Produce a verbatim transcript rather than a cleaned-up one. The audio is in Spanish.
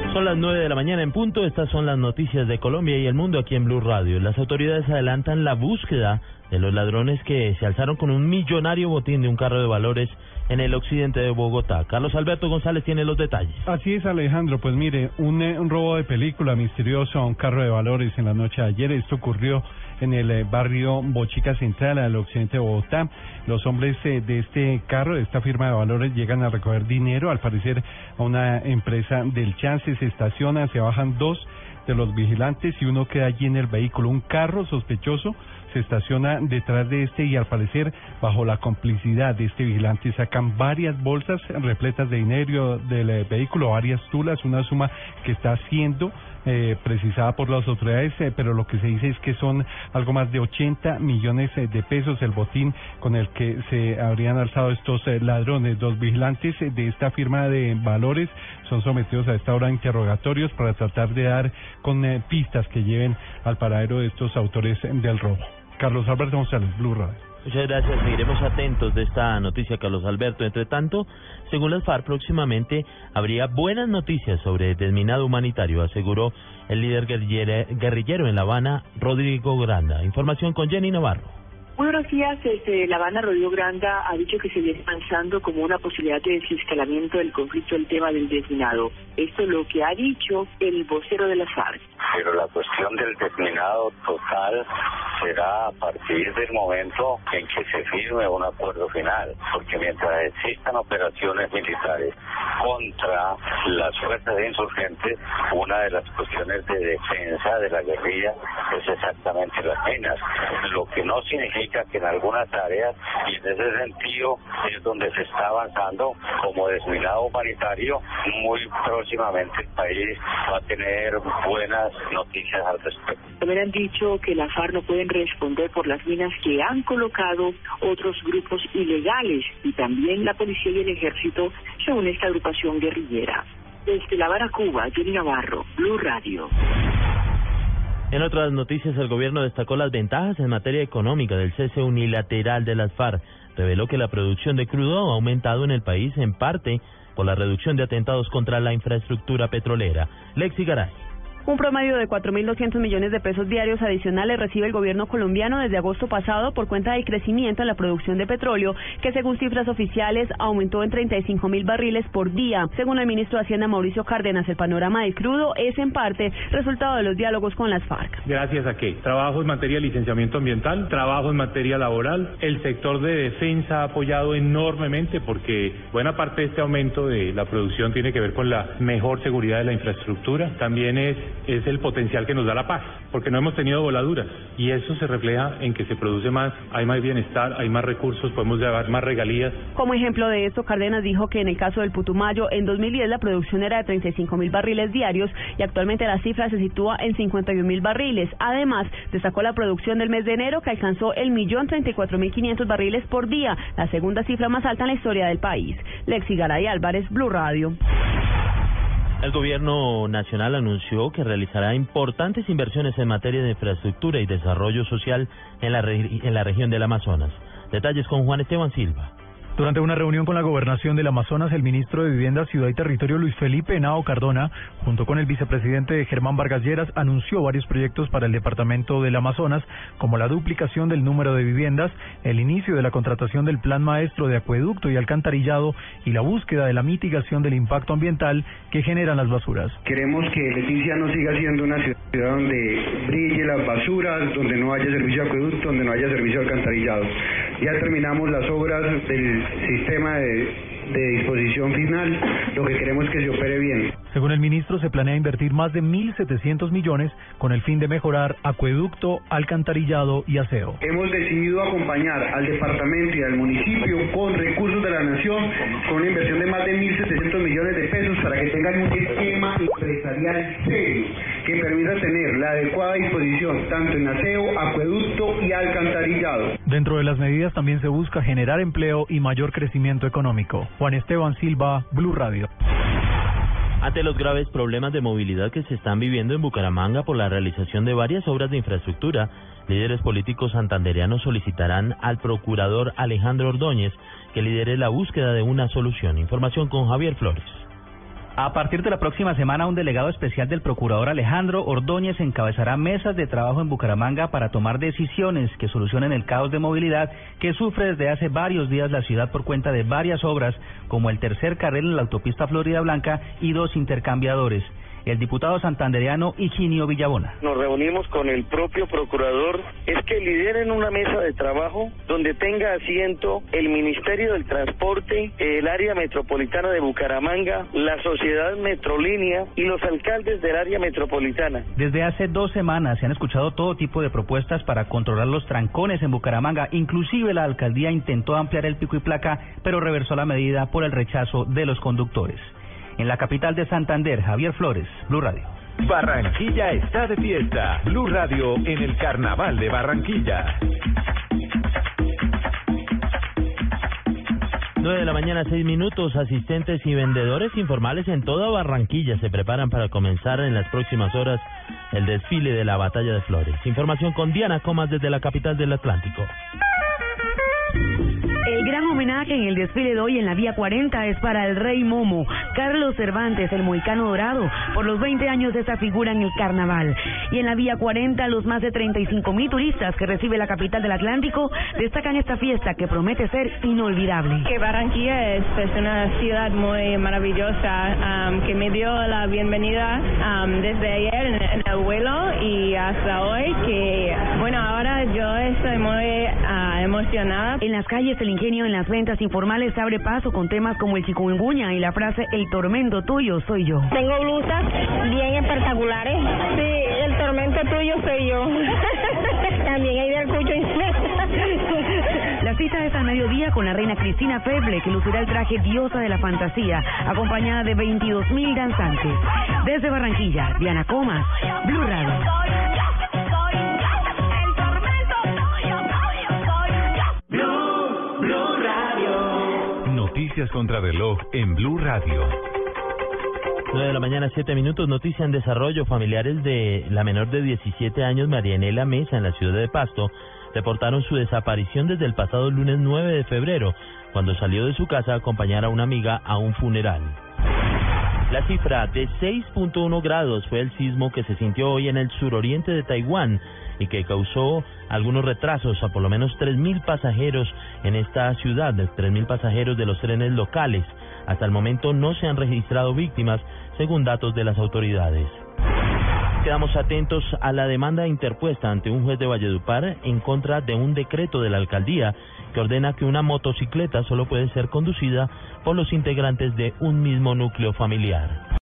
Son las nueve de la mañana en punto. Estas son las noticias de Colombia y el mundo aquí en Blue Radio. Las autoridades adelantan la búsqueda de los ladrones que se alzaron con un millonario botín de un carro de valores en el occidente de Bogotá. Carlos Alberto González tiene los detalles. Así es, Alejandro. Pues mire, un, un robo de película misterioso a un carro de valores en la noche de ayer. Esto ocurrió en el eh, barrio Bochica Central, al occidente de Bogotá. Los hombres eh, de este carro, de esta firma de valores, llegan a recoger dinero, al parecer a una empresa del Chance. Se estacionan, se bajan dos de los vigilantes y uno queda allí en el vehículo. Un carro sospechoso se estaciona detrás de este y al parecer bajo la complicidad de este vigilante sacan varias bolsas repletas de dinero del eh, vehículo, varias tulas, una suma que está siendo eh, precisada por las autoridades, eh, pero lo que se dice es que son algo más de ochenta millones eh, de pesos el botín con el que se habrían alzado estos eh, ladrones. Los vigilantes eh, de esta firma de valores son sometidos a esta hora a interrogatorios para tratar de dar con eh, pistas que lleven al paradero de estos autores eh, del robo. Carlos Alberto González, Blue Radio. Muchas gracias, seguiremos atentos de esta noticia, Carlos Alberto. Entre tanto, según las FARC, próximamente habría buenas noticias sobre desminado humanitario, aseguró el líder guerrillero en La Habana, Rodrigo Granda. Información con Jenny Navarro. Muy buenos días. Desde La Habana, Rodrigo Granda ha dicho que se viene avanzando como una posibilidad de desescalamiento del conflicto el tema del desminado. Esto es lo que ha dicho el vocero de las FARC. Pero la cuestión del desminado total será a partir del momento en que se firme un acuerdo final, porque mientras existan operaciones militares contra las fuerzas de insurgentes, una de las cuestiones de defensa de la guerrilla es exactamente las minas, lo que no significa que en algunas áreas, y en ese sentido es donde se está avanzando como desminado humanitario, muy próximamente el país va a tener buenas noticias al respecto. También han dicho que la FARC no pueden responder por las minas que han colocado otros grupos ilegales y también la policía y el ejército según esta agrupación guerrillera. Desde La Habana, Cuba, Jenny Navarro, Blue Radio. En otras noticias, el gobierno destacó las ventajas en materia económica del cese unilateral de las FARC. Reveló que la producción de crudo ha aumentado en el país en parte por la reducción de atentados contra la infraestructura petrolera. Lexi Garay. Un promedio de cuatro mil doscientos millones de pesos diarios adicionales recibe el gobierno colombiano desde agosto pasado por cuenta del crecimiento en la producción de petróleo, que según cifras oficiales aumentó en treinta y cinco mil barriles por día. Según el ministro de Hacienda Mauricio Cárdenas, el panorama del crudo es en parte resultado de los diálogos con las FARC. ¿Gracias a qué? Trabajo en materia de licenciamiento ambiental, trabajo en materia laboral. El sector de defensa ha apoyado enormemente porque buena parte de este aumento de la producción tiene que ver con la mejor seguridad de la infraestructura. También es es el potencial que nos da la paz, porque no hemos tenido voladuras y eso se refleja en que se produce más, hay más bienestar, hay más recursos, podemos llevar más regalías. Como ejemplo de esto, Cárdenas dijo que en el caso del Putumayo, en dos mil diez la producción era de treinta y cinco mil barriles diarios y actualmente la cifra se sitúa en cincuenta y un mil barriles. Además, destacó la producción del mes de enero, que alcanzó el millón treinta y cuatro mil quinientos barriles por día, la segunda cifra más alta en la historia del país. Lexi Garay Álvarez, Blue Radio. El gobierno nacional anunció que realizará importantes inversiones en materia de infraestructura y desarrollo social en la, re- en la región del Amazonas. Detalles con Juan Esteban Silva. Durante una reunión con la Gobernación del Amazonas, el ministro de Vivienda, Ciudad y Territorio, Luis Felipe Henao Cardona, junto con el vicepresidente Germán Vargas Lleras, anunció varios proyectos para el departamento del Amazonas, como la duplicación del número de viviendas, el inicio de la contratación del Plan Maestro de Acueducto y Alcantarillado y la búsqueda de la mitigación del impacto ambiental que generan las basuras. Queremos que Leticia no siga siendo una ciudad donde brille las basuras, donde no haya servicio de acueducto, donde no haya servicio de alcantarillado. Ya terminamos las obras del sistema de, de disposición final, lo que queremos es que se opere bien. Según el ministro, se planea invertir más de mil setecientos millones con el fin de mejorar acueducto, alcantarillado y aseo. Hemos decidido acompañar al departamento y al municipio con recursos de la nación, con una inversión de más de mil setecientos millones de pesos para que tengan un esquema empresarial serio que permita tener la adecuada disposición tanto en aseo, acueducto y alcantarillado. Dentro de las medidas también se busca generar empleo y mayor crecimiento económico. Juan Esteban Silva, Blue Radio. Ante los graves problemas de movilidad que se están viviendo en Bucaramanga por la realización de varias obras de infraestructura, líderes políticos santandereanos solicitarán al procurador Alejandro Ordóñez que lidere la búsqueda de una solución. Información con Javier Flores. A partir de la próxima semana, un delegado especial del procurador Alejandro Ordóñez encabezará mesas de trabajo en Bucaramanga para tomar decisiones que solucionen el caos de movilidad que sufre desde hace varios días la ciudad por cuenta de varias obras, como el tercer carril en la autopista Florida Blanca y dos intercambiadores. El diputado santandereano Higinio Villabona. Nos reunimos con el propio procurador, es que lideren una mesa de trabajo donde tenga asiento el Ministerio del Transporte, el área metropolitana de Bucaramanga, la sociedad Metrolínea y los alcaldes del área metropolitana. Desde hace dos semanas se han escuchado todo tipo de propuestas para controlar los trancones en Bucaramanga, inclusive la alcaldía intentó ampliar el pico y placa, pero reversó la medida por el rechazo de los conductores. En la capital de Santander, Javier Flores, Blue Radio. Barranquilla está de fiesta. Blue Radio en el Carnaval de Barranquilla. nueve de la mañana, seis minutos. Asistentes y vendedores informales en toda Barranquilla se preparan para comenzar en las próximas horas el desfile de la Batalla de Flores. Información con Diana Comas desde la capital del Atlántico. El gran homenaje en el desfile de hoy en la Vía cuarenta es para el Rey Momo, Carlos Cervantes, el Mohicano Dorado, por los veinte años de esta figura en el carnaval. Y en la Vía cuarenta, los más de treinta y cinco mil turistas que recibe la capital del Atlántico destacan esta fiesta que promete ser inolvidable. Que Barranquilla es, es una ciudad muy maravillosa, um, que me dio la bienvenida um, desde ayer en, en el vuelo y hasta hoy, que bueno, ahora yo estoy muy uh, emocionada. En las calles el ingenio en las ventas informales se abre paso con temas como el chikungunya y la frase el tormento tuyo soy yo. Tengo blusas bien espectaculares. Sí, el tormento tuyo soy yo. También hay del cucho. La cita es al mediodía con la reina Cristina Feble, que lucirá el traje diosa de la fantasía, acompañada de veintidós mil danzantes. Desde Barranquilla, Diana Comas, Blue Radio. Noticias contra reloj en Blue Radio. nueve de la mañana, siete minutos. Noticia en desarrollo. Familiares de la menor de diecisiete años, Marianela Mesa, en la ciudad de Pasto, reportaron su desaparición desde el pasado lunes nueve de febrero, cuando salió de su casa a acompañar a una amiga a un funeral. La cifra de seis punto uno grados fue el sismo que se sintió hoy en el suroriente de Taiwán y que causó algunos retrasos a por lo menos tres mil pasajeros en esta ciudad, tres mil pasajeros de los trenes locales. Hasta el momento no se han registrado víctimas, según datos de las autoridades. Quedamos atentos a la demanda interpuesta ante un juez de Valledupar en contra de un decreto de la alcaldía que ordena que una motocicleta solo puede ser conducida por los integrantes de un mismo núcleo familiar.